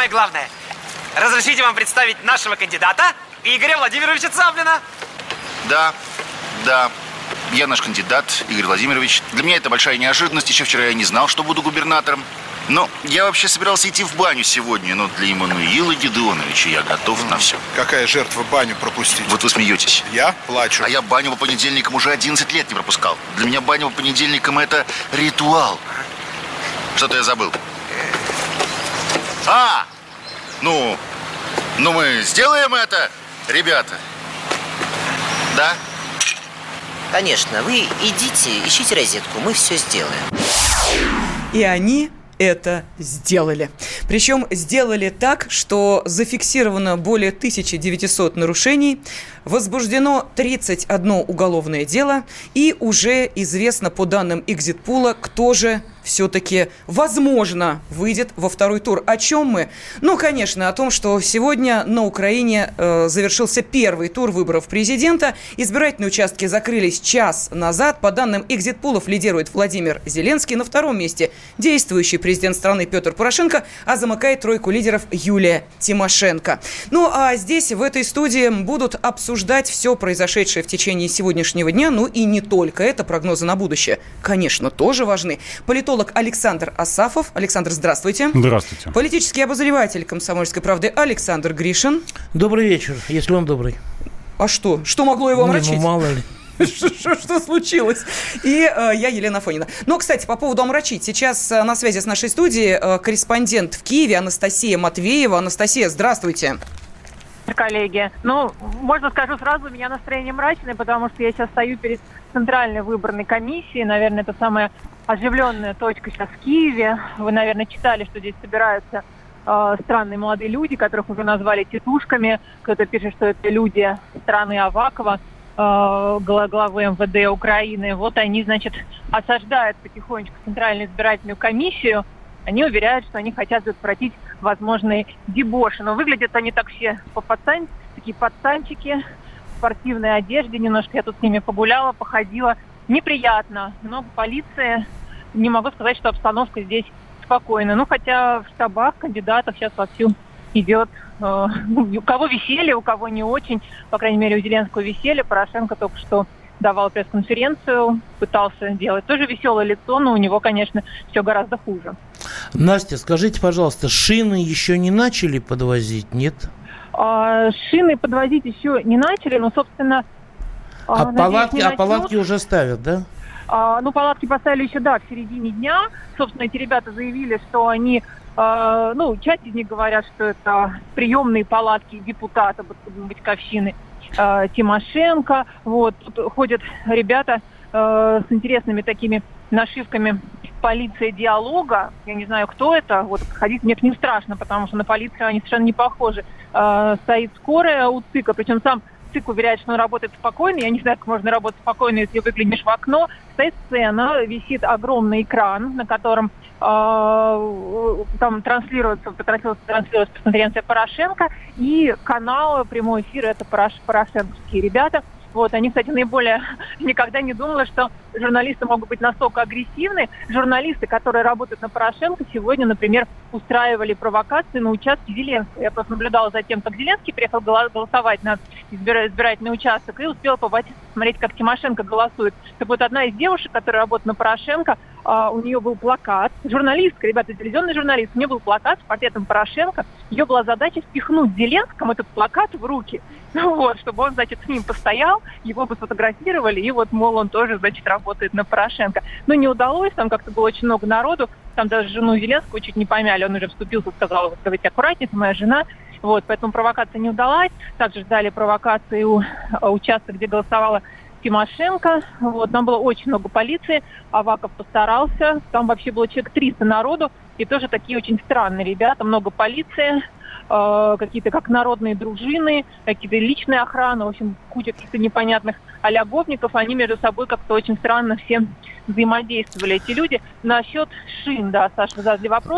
самое главное. Разрешите вам представить нашего кандидата Игоря Владимировича Цаплина. Да. Я наш кандидат, Игорь Владимирович. Для меня это большая неожиданность. Еще вчера я не знал, что буду губернатором. Но я вообще собирался идти в баню сегодня. Но для Эммануила Гедеоновича я готов на все. Какая жертва баню пропустить? Вот вы смеетесь. Я плачу. А я баню по понедельникам уже 11 лет не пропускал. Для меня баня по понедельникам это ритуал. Что-то я забыл. Ну мы сделаем это, ребята. Да? Конечно, вы идите, ищите розетку, мы все сделаем. И они это сделали. Причем сделали так, что зафиксировано более 1900 нарушений, возбуждено 31 уголовное дело, и уже известно по данным Экзитпула, кто же все-таки, возможно, выйдет во второй тур. О чем мы? Ну, конечно, о том, что сегодня на Украине завершился первый тур выборов президента. Избирательные участки закрылись час назад. По данным Экзитпулов лидирует Владимир Зеленский. На втором месте действующий президент страны Петр Порошенко, а замыкает тройку лидеров Юлия Тимошенко. Ну, а здесь, в этой студии, будут обсуждать все произошедшее в течение сегодняшнего дня. Ну, и не только это. Прогнозы на будущее, конечно, тоже важны. Политолог Александр Асафов. Александр, здравствуйте. Здравствуйте. Политический обозреватель «Комсомольской правды» Александр Гришин. Добрый вечер, если он добрый. А что? Что могло его омрачить? Мало ли. Что случилось? И я, Елена Афонина. Но, кстати, по поводу омрачить. Сейчас на связи с нашей студией корреспондент в Киеве Анастасия Матвеева. Анастасия, здравствуйте. Коллеги, можно скажу сразу, у меня настроение мрачное, потому что я сейчас стою перед Центральной выборной комиссией. Наверное, это самая оживленная точка сейчас в Киеве. Вы, наверное, читали, что здесь собираются странные молодые люди, которых уже назвали тетушками. Кто-то пишет, что это люди страны Авакова, главы МВД Украины. Вот они, значит, осаждают потихонечку Центральную избирательную комиссию. Они уверяют, что они хотят предотвратить возможные дебоши. Но выглядят они так все такие пацанчики в спортивной одежде. Немножко я тут с ними погуляла, походила. Неприятно. Много полиции. Не могу сказать, что обстановка здесь спокойная. Хотя в штабах кандидатов сейчас вовсю идет. У кого веселье, у кого не очень. По крайней мере, у Зеленского веселье. Порошенко только что давал пресс-конференцию, пытался делать тоже веселое лицо, но у него, конечно, все гораздо хуже. Настя, скажите, пожалуйста, шины еще не начали подвозить, нет? Шины подвозить еще не начали, но, собственно... палатки уже ставят, да? Палатки поставили еще, в середине дня. Собственно, эти ребята заявили, что они... часть из них говорят, что это приемные палатки депутата Батьковщины Тимошенко. Тут ходят ребята с интересными такими нашивками «Полиция диалога». Я не знаю, кто это. Ходить мне к ним страшно, потому что на полицию они совершенно не похожи. Стоит скорая у ЦИКа, причем сам ЦИК уверяет, что он работает спокойно. Я не знаю, как можно работать спокойно, если выглянешь в окно. Стоит сцена, висит огромный экран, на котором там транслируется пресс-конференция Порошенко, и канал прямой эфир — это порошенковские ребята. Они, кстати, никогда не думала, что журналисты могут быть настолько агрессивны. Журналисты, которые работают на Порошенко, сегодня, например, устраивали провокации на участке Зеленского. Я просто наблюдала за тем, как Зеленский приехал голосовать на избирательный участок, и успела посмотреть, как Тимошенко голосует. Так вот, одна из девушек, которая работает на Порошенко, у нее был плакат. Журналистка, ребята, телевизионный журналист, у нее был плакат с портретом Порошенко. Ее была задача впихнуть Зеленскому этот плакат в руки. Чтобы он, значит, с ним постоял, его бы сфотографировали, и мол, он тоже, значит, работает на Порошенко. Но не удалось, там как-то было очень много народу, там даже жену Зеленского чуть не помяли, он уже вступился, сказал: давайте аккуратнее, это моя жена. Поэтому провокация не удалась. Также ждали провокации у участка, где голосовала Тимошенко. Там было очень много полиции. Аваков постарался. Там вообще было человек 300 народу. И тоже такие очень странные ребята. Много полиции. Какие-то как народные дружины, какие-то личные охраны. В общем, куча каких-то непонятных а-ля гопников. Они между собой как-то очень странно все взаимодействовали, эти люди. Насчет шин, Саша, вы задали вопрос.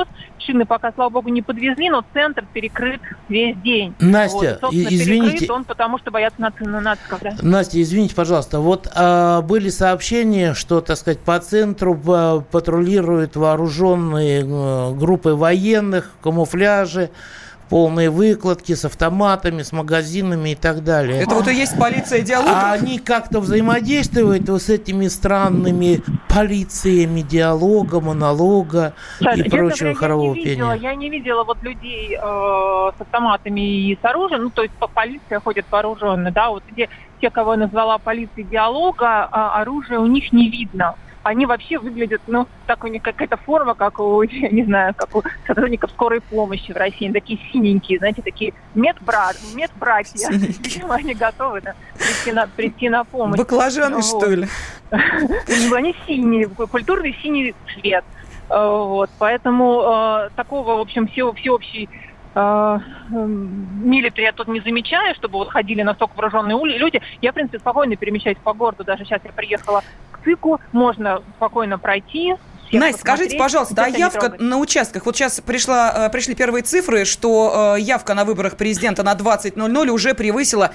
шины пока, слава богу, не подвезли, но центр перекрыт весь день. Настя, вот, извините. Перекрыт он, потому что боятся нациков, да. Настя, извините, пожалуйста, вот были сообщения, что, так сказать, по центру патрулируют вооруженные группы военных в камуфляже, полные выкладки с автоматами, с магазинами и так далее. Это вот и есть полиция диалога? А они как-то взаимодействуют вот с этими странными полициями диалога, монолога и прочего хорового пения? Я не видела вот людей с автоматами и с оружием, ну, то есть полиция ходит вооруженная, да, вот те, кого я назвала полицией диалога, оружия у них не видно. Они вообще выглядят, ну, так у них какая-то форма, как у, я не знаю, как у сотрудников скорой помощи в России. Они такие синенькие, знаете, такие медбратья. Видимо, они готовы прийти на помощь. Баклажаны, что ли? Они синие, культурный синий цвет. Вот, поэтому такого, в общем, всеобщий милитари я тут не замечаю, чтобы вот ходили настолько вооруженные люди. Я, в принципе, спокойно перемещаюсь по городу. Даже сейчас я приехала к ЦИКу, можно спокойно пройти. Настя, скажите, пожалуйста, а явка на участках? Вот сейчас пришли первые цифры, что явка на выборах президента на 20:00 уже превысила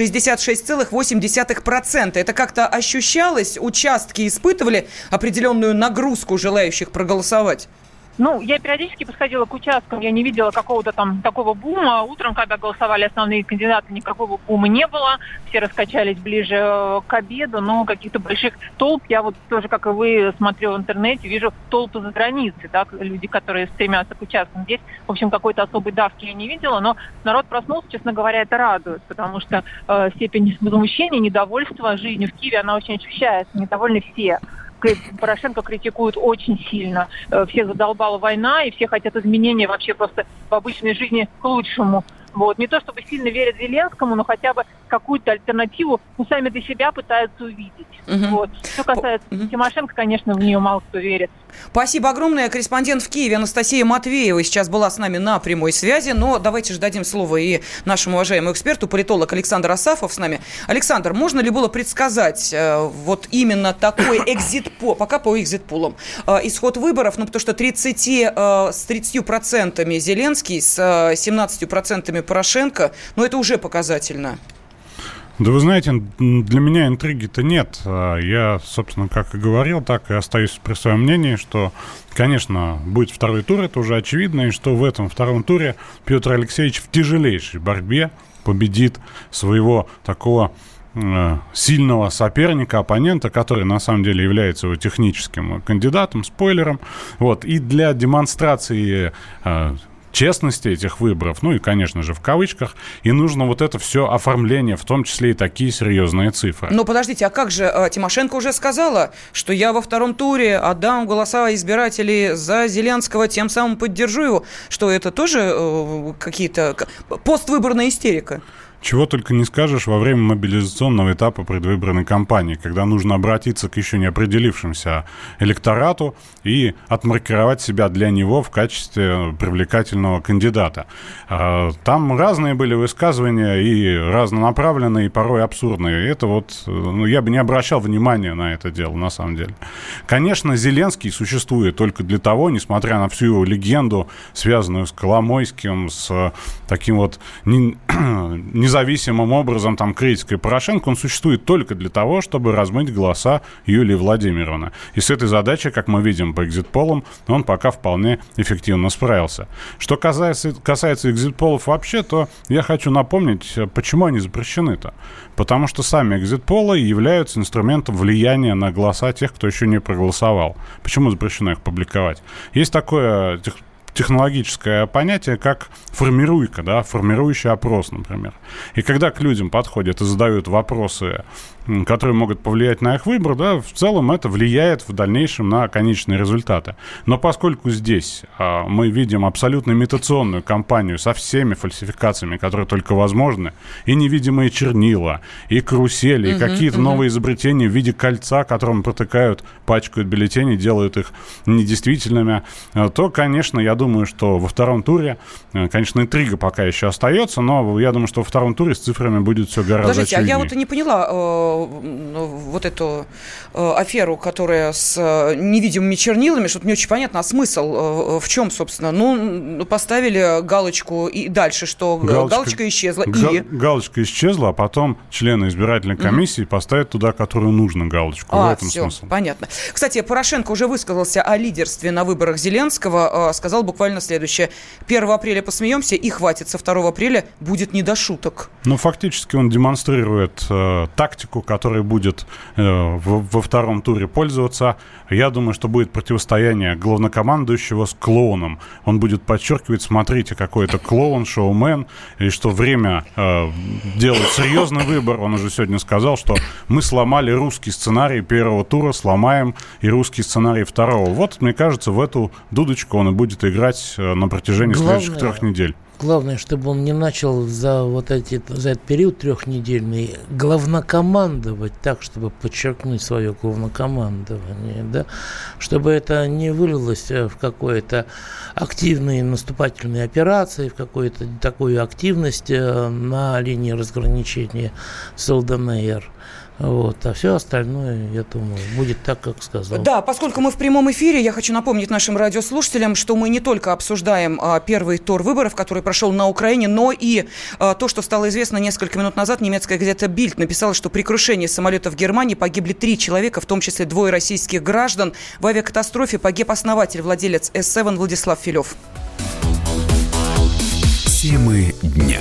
66,8%. Это как-то ощущалось? Участки испытывали определенную нагрузку желающих проголосовать? Ну, я периодически подходила к участкам, я не видела какого-то там такого бума. Утром, когда голосовали основные кандидаты, никакого бума не было. Все раскачались ближе к обеду, но каких-то больших толп, я вот тоже, как и вы, смотрю в интернете, вижу толпы за границей, так, люди, которые стремятся к участкам. Здесь, в общем, какой-то особой давки я не видела, но народ проснулся, честно говоря, это радует, потому что степень возмущения, недовольства жизнью в Киеве, она очень ощущается, недовольны все. Порошенко критикуют очень сильно. Всех задолбала война, и все хотят изменения вообще просто в обычной жизни к лучшему. Вот. Не то чтобы сильно верят Зеленскому, но хотя бы какую-то альтернативу сами для себя пытаются увидеть. Вот. Что касается Тимошенко, конечно, в нее мало кто верит. Спасибо огромное. Корреспондент в Киеве Анастасия Матвеева сейчас была с нами на прямой связи. Но давайте же дадим слово и нашему уважаемому эксперту, политолог Александр Асафов с нами. Александр, можно ли было предсказать вот именно такой экзит-пол, пока по экзит-полам, исход выборов? Ну, потому что с 30% Зеленский, с 17% Порошенко, ну, это уже показательно. Да вы знаете, для меня интриги-то нет. Я, собственно, как и говорил, так и остаюсь при своем мнении, что, конечно, будет второй тур, это уже очевидно, и что в этом втором туре Петр Алексеевич в тяжелейшей борьбе победит своего такого сильного соперника, оппонента, который на самом деле является его техническим кандидатом, спойлером. Вот. И для демонстрации честности этих выборов, ну и, конечно же, в кавычках, и нужно вот это все оформление, в том числе и такие серьезные цифры. Но подождите, а как же Тимошенко уже сказала, что я во втором туре отдам голоса избирателей за Зеленского, тем самым поддержу его, что это тоже какие-то поствыборная истерика? Чего только не скажешь во время мобилизационного этапа предвыборной кампании, когда нужно обратиться к еще не определившемуся электорату и отмаркировать себя для него в качестве привлекательного кандидата. Там разные были высказывания, и разнонаправленные, и порой абсурдные. Это вот, я бы не обращал внимания на это дело, на самом деле. Конечно, Зеленский существует только для того, несмотря на всю его легенду, связанную с Коломойским, с таким вот независимым образом там критикой Порошенко, он существует только для того, чтобы размыть голоса Юлии Владимировны. И с этой задачей, как мы видим по экзит-полам, он пока вполне эффективно справился. Что касается экзит-полов вообще, то я хочу напомнить, почему они запрещены-то. Потому что сами экзит-полы являются инструментом влияния на голоса тех, кто еще не проголосовал. Почему запрещено их публиковать? Есть такое технологическое понятие, как формируйка, да, формирующий опрос, например. И когда к людям подходят и задают вопросы, которые могут повлиять на их выбор, да, в целом это влияет в дальнейшем на конечные результаты. Но поскольку здесь мы видим абсолютно имитационную кампанию со всеми фальсификациями, которые только возможны, и невидимые чернила, и карусели, и какие-то новые изобретения в виде кольца, которым протыкают, пачкают бюллетени, делают их недействительными, то, конечно, я думаю, думаю, что во втором туре, конечно, интрига пока еще остается, но я думаю, что во втором туре с цифрами будет все гораздо Подождите, очевиднее. а я вот и не поняла вот эту аферу, которая с невидимыми чернилами, что-то не очень понятно, а смысл в чем, собственно? Ну, поставили галочку и дальше, что галочка исчезла. Галочка исчезла, а потом члены избирательной комиссии поставят туда, которую нужно, галочку. В этом все, смысл. Понятно. Кстати, Порошенко уже высказался о лидерстве на выборах Зеленского, сказал буквально следующее. 1 апреля посмеемся и хватит, со 2 апреля будет не до шуток. Ну, фактически он демонстрирует тактику, которая будет во втором туре пользоваться. Я думаю, что будет противостояние главнокомандующего с клоуном. Он будет подчеркивать, смотрите, какой это клоун, шоумен, и что время делать серьезный выбор. Он уже сегодня сказал, что мы сломали русский сценарий первого тура, сломаем и русский сценарий второго. Вот, мне кажется, в эту дудочку он и будет играть на протяжении следующих 3 недель. Главное, чтобы он не начал за этот период 3-недельный главнокомандовать так, чтобы подчеркнуть свое главнокомандование, да? Чтобы это не вылилось в какое-то активные наступательные операции, в какую-то такую активность на линии разграничения с ЛДНР. Вот. А все остальное, я думаю, будет так, как сказал. Да, поскольку мы в прямом эфире, я хочу напомнить нашим радиослушателям, что мы не только обсуждаем первый тур выборов, который прошел на Украине, но и то, что стало известно несколько минут назад. Немецкая газета «Бильд» написала, что при крушении самолета в Германии погибли 3 человека, в том числе 2 российских граждан. В авиакатастрофе погиб основатель, владелец S7 Владислав Филев. Темы дня.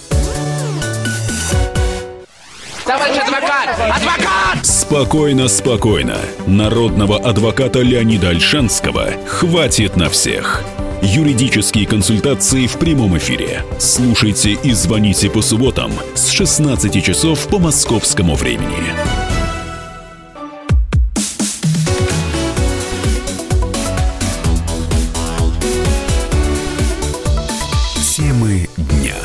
Товарищ адвокат! Адвокат! Спокойно, спокойно. Народного адвоката Леонида Ольшанского хватит на всех. Юридические консультации в прямом эфире. Слушайте и звоните по субботам с 16 часов по московскому времени. Темы дня.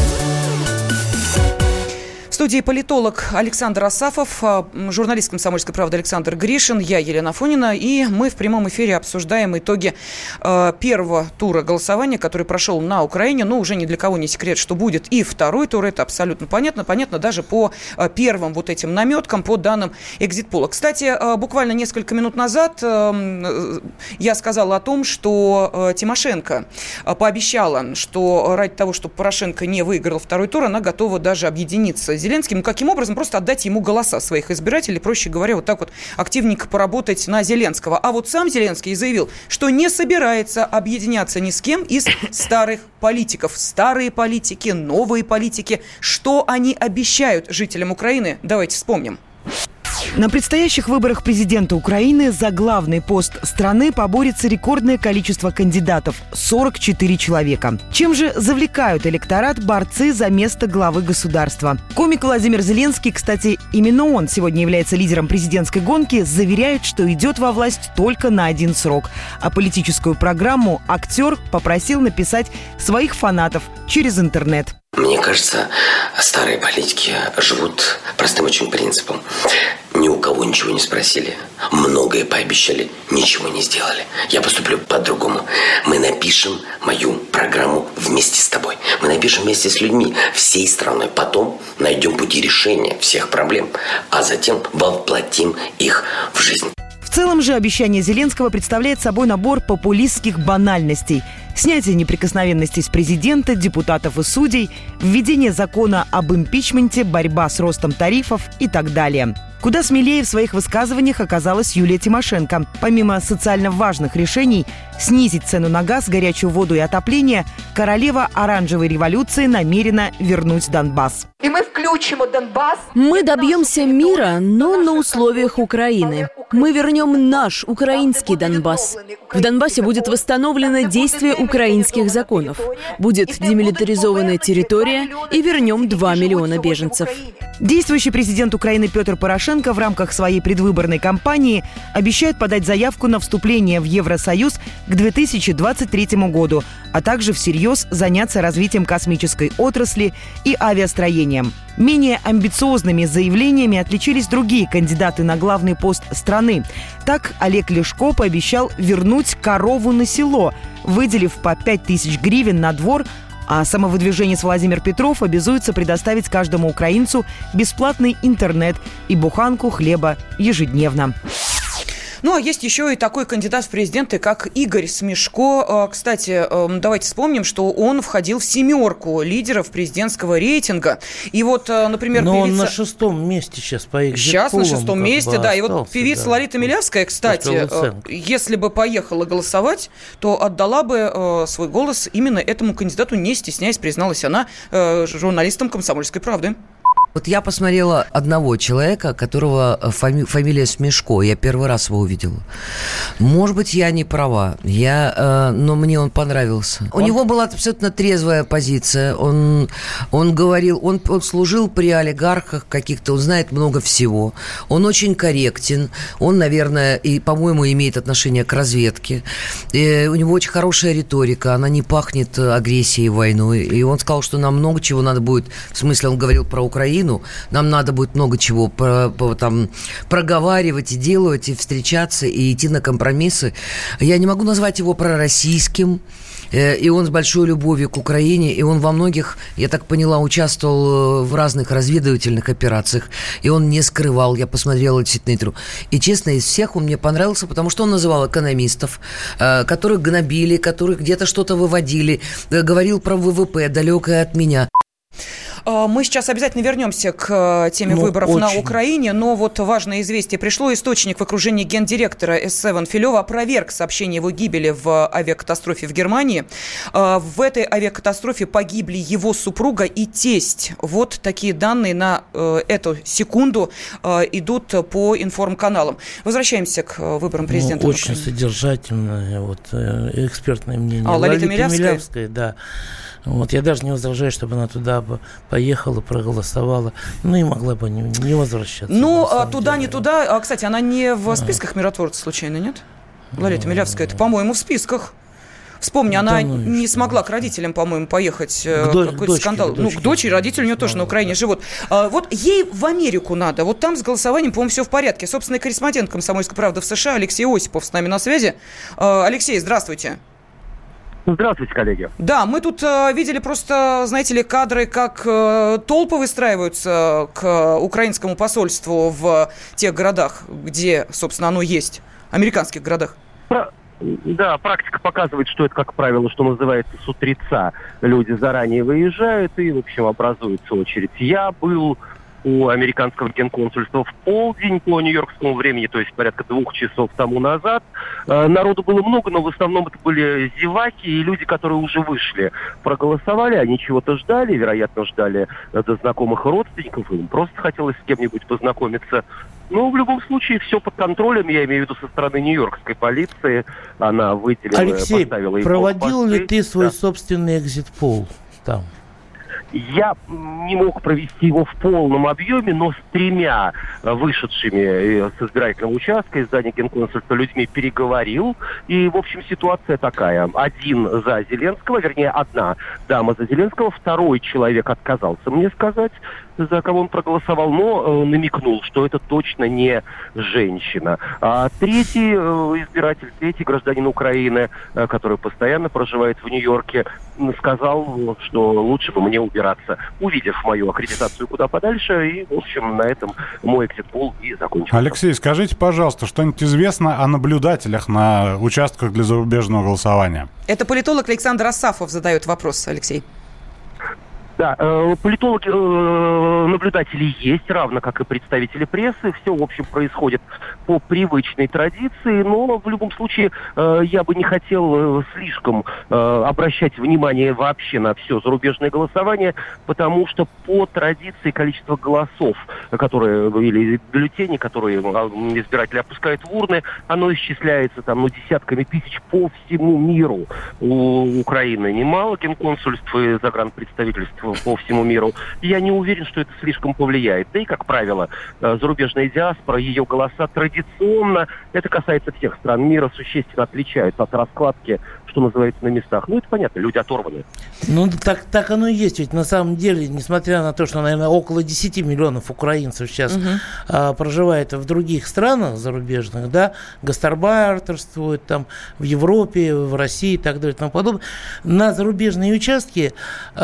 В студии политолог Александр Асафов, журналист «Комсомольской правды» Александр Гришин, я Елена Афонина, и мы в прямом эфире обсуждаем итоги первого тура голосования, который прошел на Украине. Но уже ни для кого не секрет, что будет и второй тур, это абсолютно понятно. Понятно даже по первым вот этим наметкам, по данным экзит-пола. Кстати, буквально несколько минут назад я сказала о том, что Тимошенко пообещала, что ради того, чтобы Порошенко не выиграл второй тур, она готова даже объединиться с Зеленским. Ну, каким образом? Просто отдать ему голоса своих избирателей, проще говоря, вот так вот активненько поработать на Зеленского. А вот сам Зеленский заявил, что не собирается объединяться ни с кем из старых политиков. Старые политики, новые политики. Что они обещают жителям Украины? Давайте вспомним. На предстоящих выборах президента Украины за главный пост страны поборется рекордное количество кандидатов – 44 человека. Чем же завлекают электорат борцы за место главы государства? Комик Владимир Зеленский, кстати, именно он сегодня является лидером президентской гонки, заверяет, что идет во власть только на 1 срок. А политическую программу актер попросил написать своих фанатов через интернет. Мне кажется, старые политики живут простым очень принципом. Ни у кого ничего не спросили, многое пообещали, ничего не сделали. Я поступлю по-другому. Мы напишем мою программу вместе с тобой. Мы напишем вместе с людьми, всей страной. Потом найдем пути решения всех проблем, а затем воплотим их в жизнь. В целом же обещание Зеленского представляет собой набор популистских банальностей. Снятие неприкосновенности с президента, депутатов и судей, введение закона об импичменте, борьба с ростом тарифов и так далее. Куда смелее в своих высказываниях оказалась Юлия Тимошенко. Помимо социально важных решений снизить цену на газ, горячую воду и отопление, королева оранжевой революции намерена вернуть Донбасс. И мы включим Донбасс. Мы добьемся мира, но на условиях Украины. Мы вернем наш украинский Донбасс. В Донбассе будет восстановлено действие украинских законов. Будет демилитаризованная территория и вернем 2 миллиона беженцев. Действующий президент Украины Петр Порошенко в рамках своей предвыборной кампании обещает подать заявку на вступление в Евросоюз к 2023 году, а также всерьез заняться развитием космической отрасли и авиастроением. Менее амбициозными заявлениями отличились другие кандидаты на главный пост страны. Так, Олег Ляшко пообещал вернуть корову на село, выделив по 5000 гривен на двор, а самовыдвиженец Владимир Петров обязуется предоставить каждому украинцу бесплатный интернет и буханку хлеба ежедневно. Ну, а есть еще и такой кандидат в президенты, как Игорь Смешко. Кстати, давайте вспомним, что он входил в 7 лидеров президентского рейтинга. И вот, например, но певица... он на 6 месте сейчас по экзит-полам. Сейчас на 6 месте, да. И вот остался, певица да. Ларита Милявская, кстати, если бы поехала голосовать, то отдала бы свой голос именно этому кандидату, не стесняясь, призналась она журналистам «Комсомольской правды». Вот я посмотрела одного человека, которого фамилия Смешко. Я первый раз его увидела. Может быть, я не права. Но мне он понравился. У него была абсолютно трезвая позиция. Он говорил, он служил при олигархах каких-то, он знает много всего. Он очень корректен. Он, наверное, и, по-моему, имеет отношение к разведке. И у него очень хорошая риторика. Она не пахнет агрессией, войной. И он сказал, что нам много чего надо будет... В смысле, он говорил про Украину. Нам надо будет много чего проговаривать и делать, и встречаться, и идти на компромиссы. Я не могу назвать его пророссийским. И он с большой любовью к Украине, и он во многих, я так поняла, участвовал в разных разведывательных операциях, и он не скрывал, я посмотрела действительно интервью. И, честно, из всех он мне понравился, потому что он называл экономистов, которых гнобили, которых где-то что-то выводили, говорил про ВВП, далекое от меня. Мы сейчас обязательно вернемся к теме выборов на Украине, но вот важное известие пришло. Источник в окружении гендиректора S7 Филева опроверг сообщение его гибели в авиакатастрофе в Германии. В этой авиакатастрофе погибли его супруга и тесть. Вот такие данные на эту секунду идут по информканалам. Возвращаемся к выборам президента. Очень содержательное экспертное мнение. Ларита Милявская? Да. Вот, я даже не возражаю, чтобы она туда бы поехала, проголосовала, и могла бы не возвращаться. Ну, туда, не туда. Кстати, она не в списках миротворцев, случайно, нет? Ларита Милявская, это, по-моему, в списках. Вспомни, она не смогла к родителям, по-моему, поехать. Какой-то скандал. К дочери, родители у нее тоже на Украине живут. Вот ей в Америку надо. Вот там с голосованием, по-моему, все в порядке. Собственно, корреспондент «Комсомольской правды» в США Алексей Осипов с нами на связи. Алексей, здравствуйте. Здравствуйте, коллеги. Да, мы тут видели просто, знаете ли, кадры, как толпы выстраиваются к украинскому посольству в тех городах, где, собственно, оно есть, американских городах. Да, практика показывает, что это, как правило, что называется, с утреца. Люди заранее выезжают и, в общем, образуется очередь. Я был у американского генконсульства в полдень по нью-йоркскому времени, то есть порядка 2 часов тому назад. Народу было много, но в основном это были зеваки и люди, которые уже вышли, проголосовали, они чего-то ждали, вероятно, ждали до знакомых и родственников, им просто хотелось с кем-нибудь познакомиться. Но в любом случае все под контролем, я имею в виду со стороны нью-йоркской полиции. Она выделила, Алексей, поставила им проводил ли ты свой собственный экзит-пол там? Я не мог провести его в полном объеме, но с 3 вышедшими с избирательного участка из здания генконсульства людьми переговорил. И, в общем, ситуация такая. Один за Зеленского, вернее, одна дама за Зеленского, второй человек отказался мне сказать, за кого он проголосовал, но намекнул, что это точно не женщина. А третий избиратель, третий гражданин Украины, который постоянно проживает в Нью-Йорке, сказал, что лучше бы мне убираться, увидев мою аккредитацию куда подальше. И, в общем, на этом мой экзит-пол и закончился. Алексей, скажите, пожалуйста, что-нибудь известно о наблюдателях на участках для зарубежного голосования? Это политолог Александр Асафов задает вопрос, Алексей. Да, политологи, наблюдатели есть, равно как и представители прессы. Все, в общем, происходит по привычной традиции, но в любом случае я бы не хотел слишком обращать внимание вообще на все зарубежное голосование, потому что по традиции количество голосов, которые, или бюллетеней, которые избиратели опускают в урны, оно исчисляется там, десятками тысяч по всему миру. У Украины немало генконсульств и загранпредставительств по всему миру. Я не уверен, что это слишком повлияет. Да и, как правило, зарубежная диаспора, ее голоса традиционно, это касается всех стран мира, существенно отличаются от раскладки, что называется, на местах. Ну, это понятно, люди оторваны. Ну, так оно и есть. Ведь на самом деле, несмотря на то, что, наверное, около 10 миллионов украинцев сейчас проживает в других странах зарубежных, да, гастарбайтерствуют там в Европе, в России и так далее и тому подобное, на зарубежные участки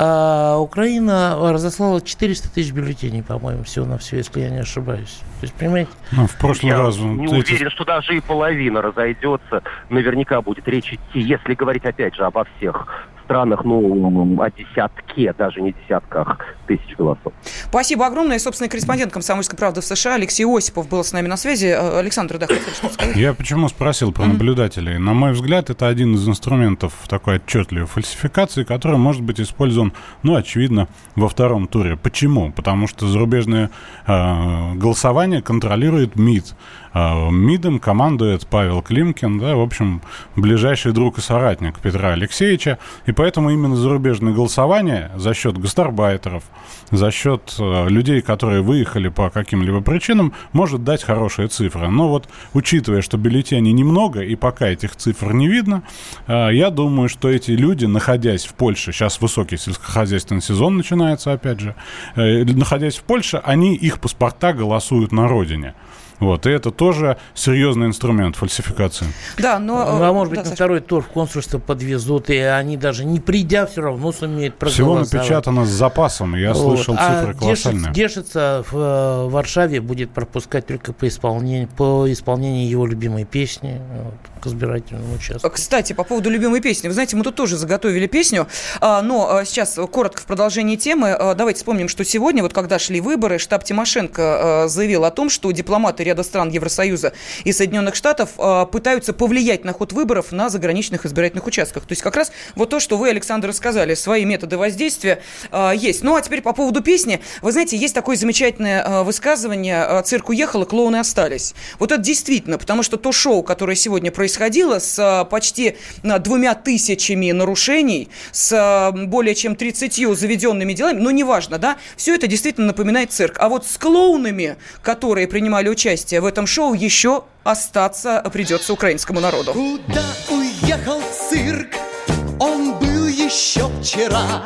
Украина разослала 400 тысяч бюллетеней, по-моему, всего на все, если я не ошибаюсь. То есть, понимаете? Ну, в прошлый раз... Не уверен, что даже и половина разойдется. Наверняка будет речь идти, если говорить, опять же, обо всех странах, ну, о десятке, даже не десятках тысяч голосов. Спасибо огромное. Собственно, корреспондент «Комсомольской правды» в США Алексей Осипов был с нами на связи. Александр, да, хотели что-то сказать? Я почему спросил про наблюдателей? На мой взгляд, это один из инструментов такой отчетливой фальсификации, который может быть использован, ну, очевидно, во втором туре. Почему? Потому что зарубежное голосование контролирует МИД. МИДом командует Павел Климкин, да, в общем, ближайший друг и соратник Петра Алексеевича, и поэтому именно зарубежное голосование за счет гастарбайтеров, за счет людей, которые выехали по каким-либо причинам, может дать хорошие цифры. Но вот, учитывая, что бюллетеней немного, и пока этих цифр не видно, я думаю, что эти люди, находясь в Польше, сейчас высокий сельскохозяйственный сезон начинается, опять же, находясь в Польше, они, их паспорта голосуют на родине. Вот, и это тоже серьезный инструмент фальсификации. Да, но... А может быть, на второй тур в консульство подвезут, и они даже не придя, все равно сумеют проголосовать. Всего напечатано с запасом, я слышал цифры колоссальные. Дешица в Варшаве будет пропускать только по исполнению его любимой песни к избирательному участку. Кстати, по поводу любимой песни. Вы знаете, мы тут тоже заготовили песню, но сейчас коротко в продолжении темы. Давайте вспомним, что сегодня, вот когда шли выборы, штаб Тимошенко заявил о том, что дипломаты ряда стран Евросоюза и Соединенных Штатов пытаются повлиять на ход выборов на заграничных избирательных участках. То есть как раз вот то, что вы, Александр, рассказали, свои методы воздействия есть. Ну, а теперь по поводу песни. Вы знаете, есть такое замечательное высказывание «Цирк уехал, и клоуны остались». Вот это действительно, потому что то шоу, которое сегодня происходило с почти 2000 нарушений, с более чем 30 заведенными делами, ну, неважно, да, все это действительно напоминает цирк. А вот с клоунами, которые принимали участие в этом шоу, еще остаться придется украинскому народу. Куда уехал цирк? Он был еще вчера,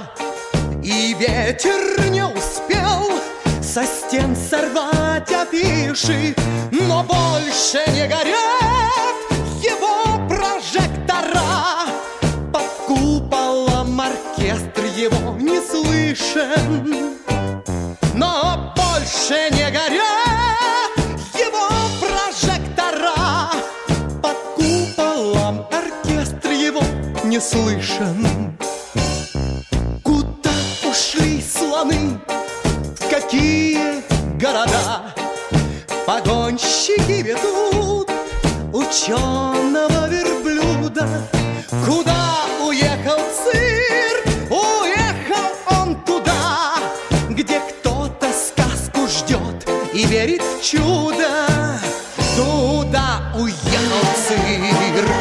и ветер не успел со стен сорвать афиши, но больше не горят его прожектора. Под куполом оркестр его не слышен, но больше не горят его прожектора. Под куполом оркестр его не слышен. Куда ушли слоны? В какие города? Погонщики ведут ученого верблюда. Куда уехал цирк? Уехал он туда, где кто-то сказку ждет и верит в чудо. Туда уехал цирк.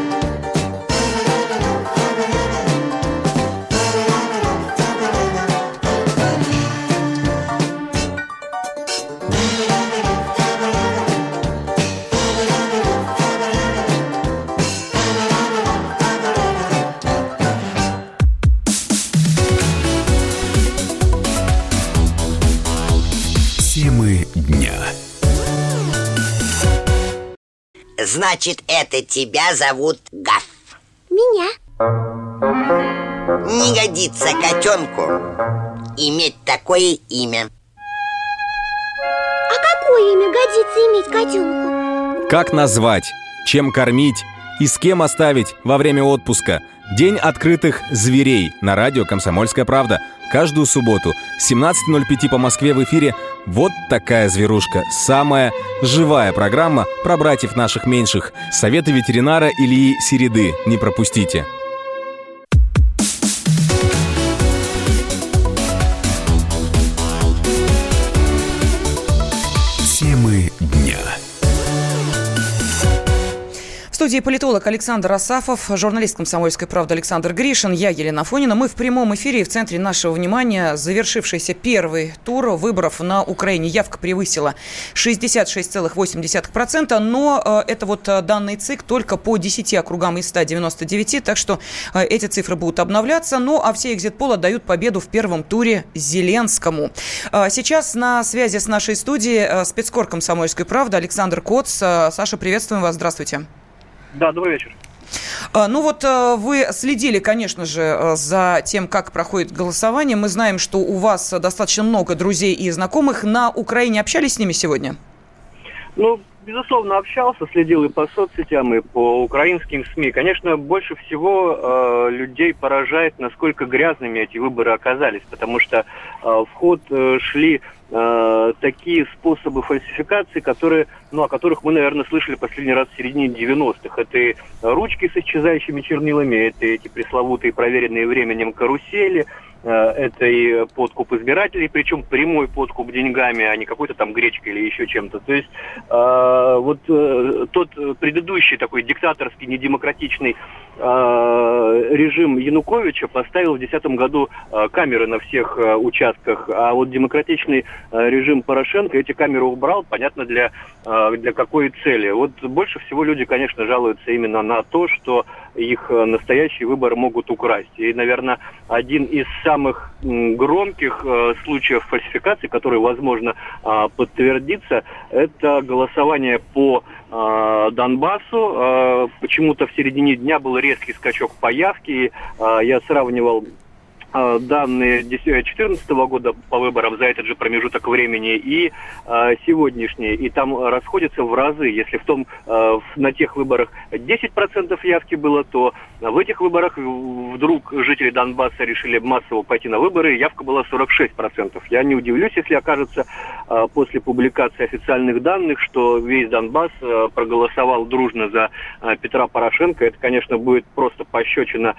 Темы дня. Значит, это тебя зовут Гав? Меня. Не годится котенку иметь такое имя. А какое имя годится иметь котенку? Как назвать, чем кормить и с кем оставить во время отпуска? День открытых зверей на радио «Комсомольская правда». Каждую субботу с 17:05 по Москве в эфире «Вот такая зверушка». Самая живая программа про братьев наших меньших. Советы ветеринара Ильи Середы. Не пропустите. Темы дня. В студии политолог Александр Асафов, журналист «Комсомольской правды» Александр Гришин, я Елена Афонина. Мы в прямом эфире, и в центре нашего внимания завершившийся первый тур выборов на Украине. Явка превысила 66,8%, но это вот данный ЦИК только по 10 округам из 199, так что эти цифры будут обновляться. Ну, а все экзит-полы отдают победу в первом туре Зеленскому. Сейчас на связи с нашей студией спецкор «Комсомольской правды» Александр Коц. Саша, приветствуем вас, здравствуйте. Да, добрый вечер. Ну вот вы следили, конечно же, за тем, как проходит голосование. Мы знаем, что у вас достаточно много друзей и знакомых. На Украине общались с ними сегодня? Ну, безусловно, общался, следил и по соцсетям, и по украинским СМИ. Конечно, больше всего людей поражает, насколько грязными эти выборы оказались, потому что в ход шли такие способы фальсификации, которые, о которых мы, наверное, слышали последний раз в середине 90-х. Это и ручки с исчезающими чернилами, это эти пресловутые проверенные временем карусели, это и подкуп избирателей, причем прямой подкуп деньгами, а не какой-то там гречкой или еще чем-то. То есть тот предыдущий такой диктаторский, недемократичный режим Януковича поставил в 2010 году камеры на всех участках, а вот демократичный режим Порошенко эти камеры убрал, понятно, для какой цели. Вот больше всего люди, конечно, жалуются именно на то, что их настоящий выбор могут украсть. И, наверное, один из самых громких случаев фальсификации, который, возможно, подтвердится, это голосование по Донбассу. Почему-то в середине дня был резкий скачок по явке. Я сравнивал данные 2014 года по выборам за этот же промежуток времени и сегодняшние. И там расходятся в разы. Если на тех выборах 10% явки было, то в этих выборах вдруг жители Донбасса решили массово пойти на выборы, и явка была 46%. Я не удивлюсь, если окажется после публикации официальных данных, что весь Донбасс проголосовал дружно за Петра Порошенко. Это, конечно, будет просто пощечина.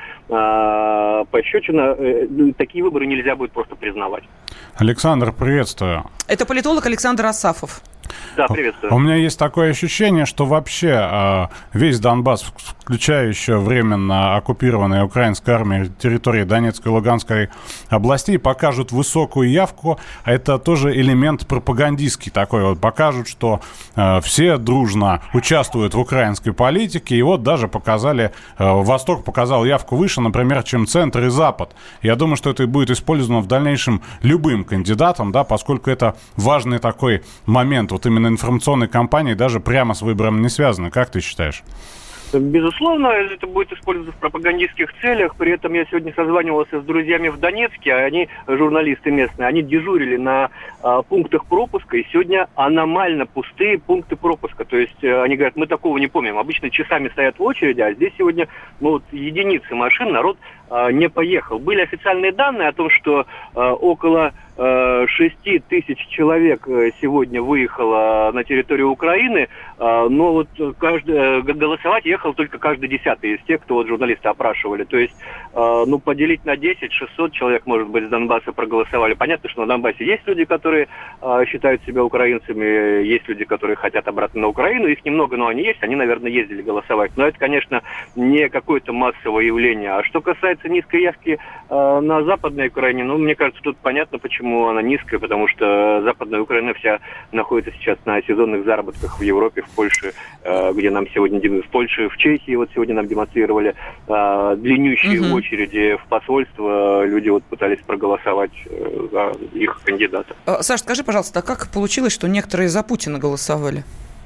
Такие выборы нельзя будет просто признавать. Александр, приветствую. Это политолог Александр Асафов. Да, приветствую. У меня есть такое ощущение, что вообще весь Донбасс, включая еще временно оккупированные украинской армией территории Донецкой и Луганской областей, покажут высокую явку. Это тоже элемент пропагандистский такой. Вот покажут, что все дружно участвуют в украинской политике. И вот даже показали, Восток показал явку выше, например, чем Центр и Запад. Я думаю, что это будет использовано в дальнейшем любым кандидатом, да, поскольку это важный такой момент. Вот именно информационной кампании даже прямо с выбором не связаны. Как ты считаешь? Безусловно, это будет использоваться в пропагандистских целях. При этом я сегодня созванивался с друзьями в Донецке, а они, журналисты местные, они дежурили на пунктах пропуска, и сегодня аномально пустые пункты пропуска. То есть они говорят, мы такого не помним. Обычно часами стоят в очереди, а здесь сегодня единицы машин, народ не поехал. Были официальные данные о том, что около 6 тысяч человек сегодня выехало на территорию Украины, но вот голосовать ехал только каждый 10-й из тех, кто журналисты опрашивали. То есть, поделить на 10, 600 человек, может быть, с Донбасса проголосовали. Понятно, что на Донбассе есть люди, которые считают себя украинцами, есть люди, которые хотят обратно на Украину. Их немного, но они есть, они, наверное, ездили голосовать. Но это, конечно, не какое-то массовое явление. А что касается низкой явки на Западной Украине, мне кажется, тут понятно, почему она низкая, потому что Западная Украина вся находится сейчас на сезонных заработках в Европе, в Польше, где нам сегодня, в Польше, в Чехии сегодня нам демонстрировали длиннющие очереди в посольство. Люди пытались проголосовать за их кандидата. Саш, скажи, пожалуйста, а как получилось, что некоторые за Путина голосовали?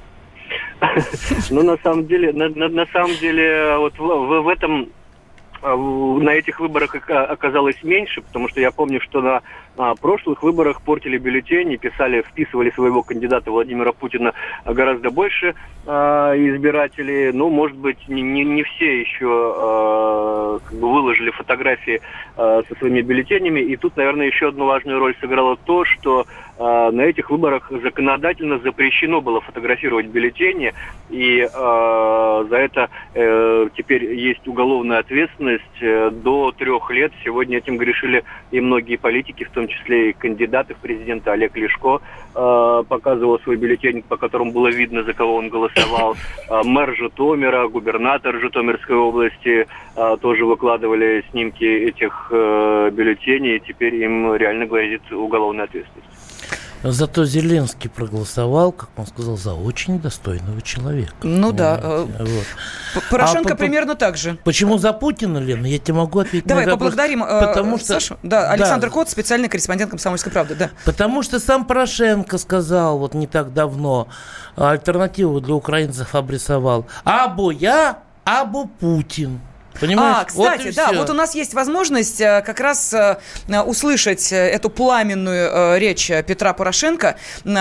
На самом деле, вот в этом на этих выборах оказалось меньше, потому что я помню, что на прошлых выборах портили бюллетени, вписывали своего кандидата Владимира Путина гораздо больше избирателей. Может быть, не все еще выложили фотографии со своими бюллетенями. И тут, наверное, еще одну важную роль сыграло то, что на этих выборах законодательно запрещено было фотографировать бюллетени, и за это теперь есть уголовная ответственность до 3 лет. Сегодня этим грешили и многие политики, в том числе и кандидаты в президенты. Олег Ляшко показывал свой бюллетень, по которому было видно, за кого он голосовал. Мэр Житомира, губернатор Житомирской области тоже выкладывали снимки этих бюллетеней, и теперь им реально грозит уголовная ответственность. Зато Зеленский проголосовал, как он сказал, за очень достойного человека. Ну да. Вот. Порошенко примерно так же. Почему за Путина, Лена? Я тебе могу ответить. Давай на вопрос. Поблагодарим потому что, Сашу. Да, Александр Кот, специальный корреспондент «Комсомольской правды». Да. Потому что сам Порошенко сказал вот не так давно, альтернативу для украинцев обрисовал. Або я, або Путин. Понимаешь? Кстати, вот да, вот у нас есть возможность как раз услышать эту пламенную речь Петра Порошенко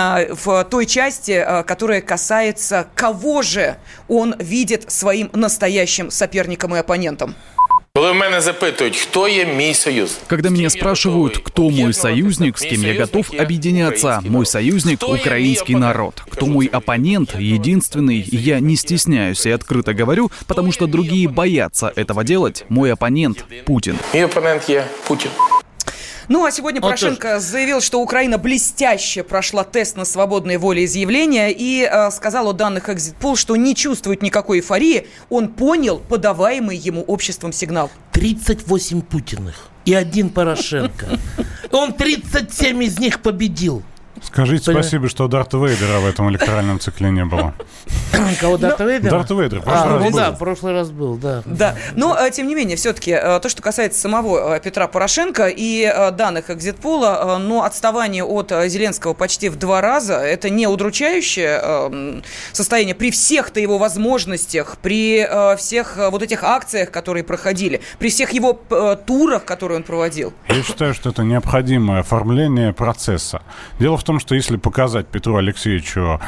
в той части, которая касается, кого же он видит своим настоящим соперником и оппонентом. Когда меня запытывают, кто є мій союз? Когда меня спрашивают, кто мой союзник, с кем я готов объединяться, мой союзник – украинский народ. Кто мой оппонент, единственный, я не стесняюсь и открыто говорю, потому что другие боятся этого делать. Мой оппонент – Путин. Мой оппонент є Путин. Ну, а сегодня Порошенко заявил, что Украина блестяще прошла тест на свободное волеизъявление и сказал о данных Exit Poll, что не чувствует никакой эйфории. Он понял подаваемый ему обществом сигнал. 38 Путиных и 1 Порошенко. Он 37 из них победил. Скажите спасибо, что Дарта Вейдера в этом электоральном цикле не было. Кого, Дарта Вейдера? Дарта Вейдера, в прошлый раз был, да. Да, но, тем не менее, все-таки, то, что касается самого Петра Порошенко и данных Экзитпола, но отставание от Зеленского почти в 2 раза, это не удручающее состояние при всех-то его возможностях, при всех вот этих акциях, которые проходили, при всех его турах, которые он проводил. Я считаю, что это необходимое оформление процесса. Дело в том, что если показать Петру Алексеевичу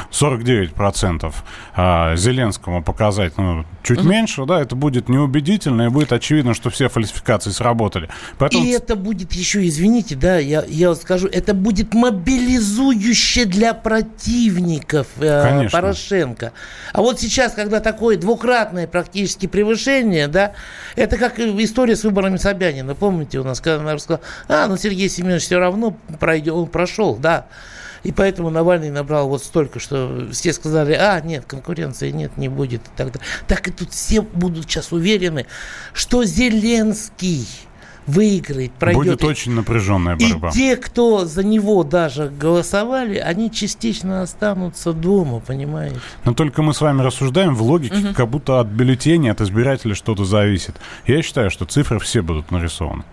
49%, а Зеленскому показать чуть меньше, да, это будет неубедительно, и будет очевидно, что все фальсификации сработали. Поэтому... И это будет еще, извините, да, я скажу, это будет мобилизующе для противников Порошенко. А вот сейчас, когда такое двукратное практически превышение, да, это как история с выборами Собянина. Помните, у нас, когда она рассказала, Сергей Семенович все равно пройдет, он прошел, да. И поэтому Навальный набрал вот столько, что все сказали, нет, конкуренции нет, не будет. И так далее. Так и тут все будут сейчас уверены, что Зеленский выиграет, пройдет. Будет очень напряженная борьба. И те, кто за него даже голосовали, они частично останутся дома, понимаете? Но только мы с вами рассуждаем в логике, как будто от бюллетеней, от избирателя что-то зависит. Я считаю, что цифры все будут нарисованы.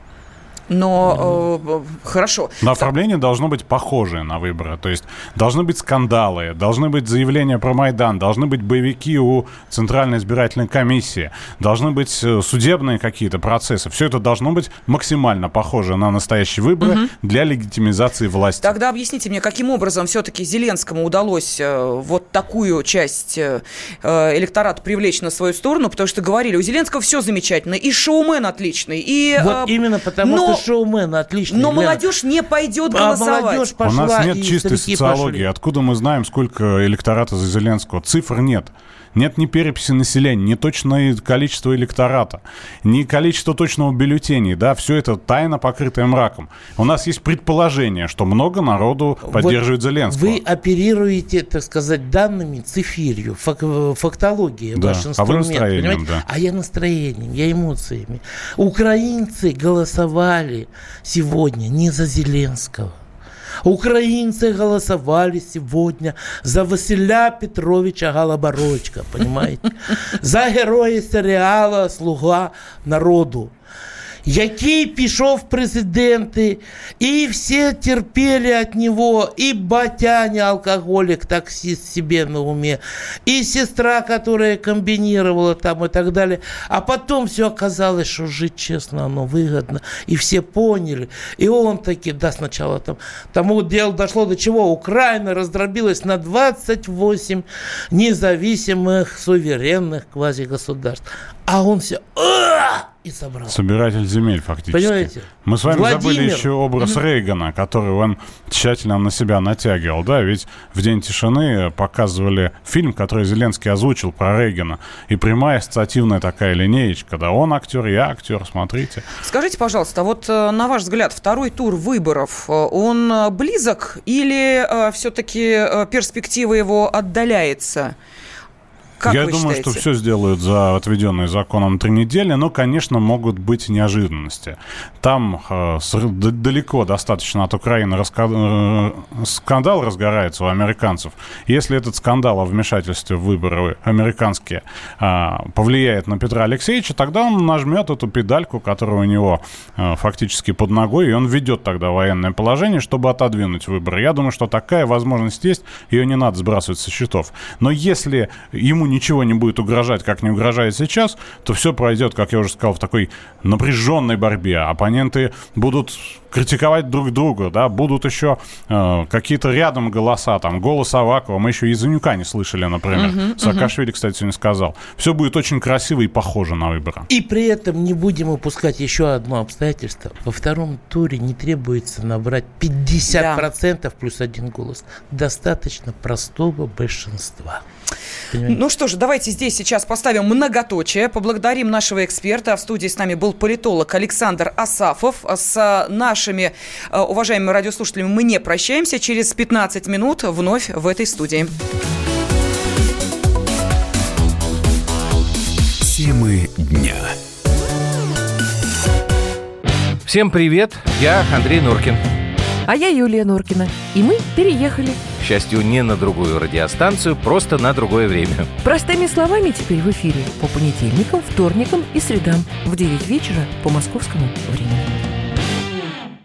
Но хорошо. Но оформление должно быть похожее на выборы. То есть должны быть скандалы, должны быть заявления про Майдан, должны быть боевики у Центральной избирательной комиссии, должны быть судебные какие-то процессы. Все это должно быть максимально похоже на настоящие выборы для легитимизации власти. Тогда объясните мне, каким образом все-таки Зеленскому удалось вот такую часть электората привлечь на свою сторону, потому что говорили, у Зеленского все замечательно, и шоумен отличный, и... Вот именно потому что шоумен отличный. Но молодежь не пойдет голосовать. Молодежь пошла, у нас нет чистой социологии. Пошли. Откуда мы знаем, сколько электората за Зеленского? Цифр нет. Нет ни переписи населения, ни точное количество электората, ни количество точного бюллетеней. Да, все это тайна, покрытая мраком. У нас есть предположение, что много народу поддерживает Зеленского. Вы оперируете, так сказать, данными, цифирью, фактологией. Да. Ваш инструмент, а вы настроением, да. А я настроением, я эмоциями. Украинцы голосовали сегодня не за Зеленского. Украинцы голосовали сегодня за Василя Петровича Голобородька, понимаете? За героя серіалу «Слуга народу», який пішов в президенти, и все терпели от него, и батяня, алкоголик, таксист себе на уме, и сестра, которая комбинировала там и так далее. А потом все оказалось, что жить честно, оно выгодно, и все поняли. И он таки, да, сначала тому дело дошло до чего? Украина раздробилась на 28 независимых, суверенных квазигосударств. А он все... и собрал. Собиратель земель, фактически. Понимаете? Мы с вами Владимир. забыли еще образ Рейгана, который он тщательно на себя натягивал, да, ведь в «День тишины» показывали фильм, который Зеленский озвучил про Рейгана, и прямая ассоциативная такая линеечка, да, он актер, я актер, смотрите. Скажите, пожалуйста, вот на ваш взгляд, второй тур выборов, он близок или все-таки перспектива его отдаляется? Как Я вы думаю, считаете? что все сделают за отведенные законом 3 недели, но, конечно, могут быть неожиданности. Там далеко достаточно от Украины скандал разгорается у американцев. Если этот скандал о вмешательстве в выборы американские повлияет на Петра Алексеевича, тогда он нажмет эту педальку, которая у него фактически под ногой, и он ведет тогда военное положение, чтобы отодвинуть выборы. Я думаю, что такая возможность есть, ее не надо сбрасывать со счетов. Но если ему ничего не будет угрожать, как не угрожает сейчас, то все пройдет, как я уже сказал, в такой напряженной борьбе. Оппоненты будут критиковать друг друга, да, будут еще какие-то рядом голоса, там, голос Авакова, мы еще Яценюка не слышали, например. Саакашвили, кстати, сегодня сказал. Все будет очень красиво и похоже на выборы. И при этом не будем упускать еще одно обстоятельство. Во втором туре не требуется набрать 50% плюс 1 голос. Достаточно простого большинства. Понимаете? Ну что же, давайте здесь сейчас поставим многоточие. Поблагодарим нашего эксперта. В студии с нами был политолог Александр Асафов. С нашими уважаемыми радиослушателями мы не прощаемся. Через 15 минут вновь в этой студии. Темы дня. Всем привет, я Андрей Нуркин. А я Юлия Нуркина. И мы переехали. К счастью, не на другую радиостанцию, просто на другое время. Простыми словами теперь в эфире по понедельникам, вторникам и средам в 9 вечера по московскому времени.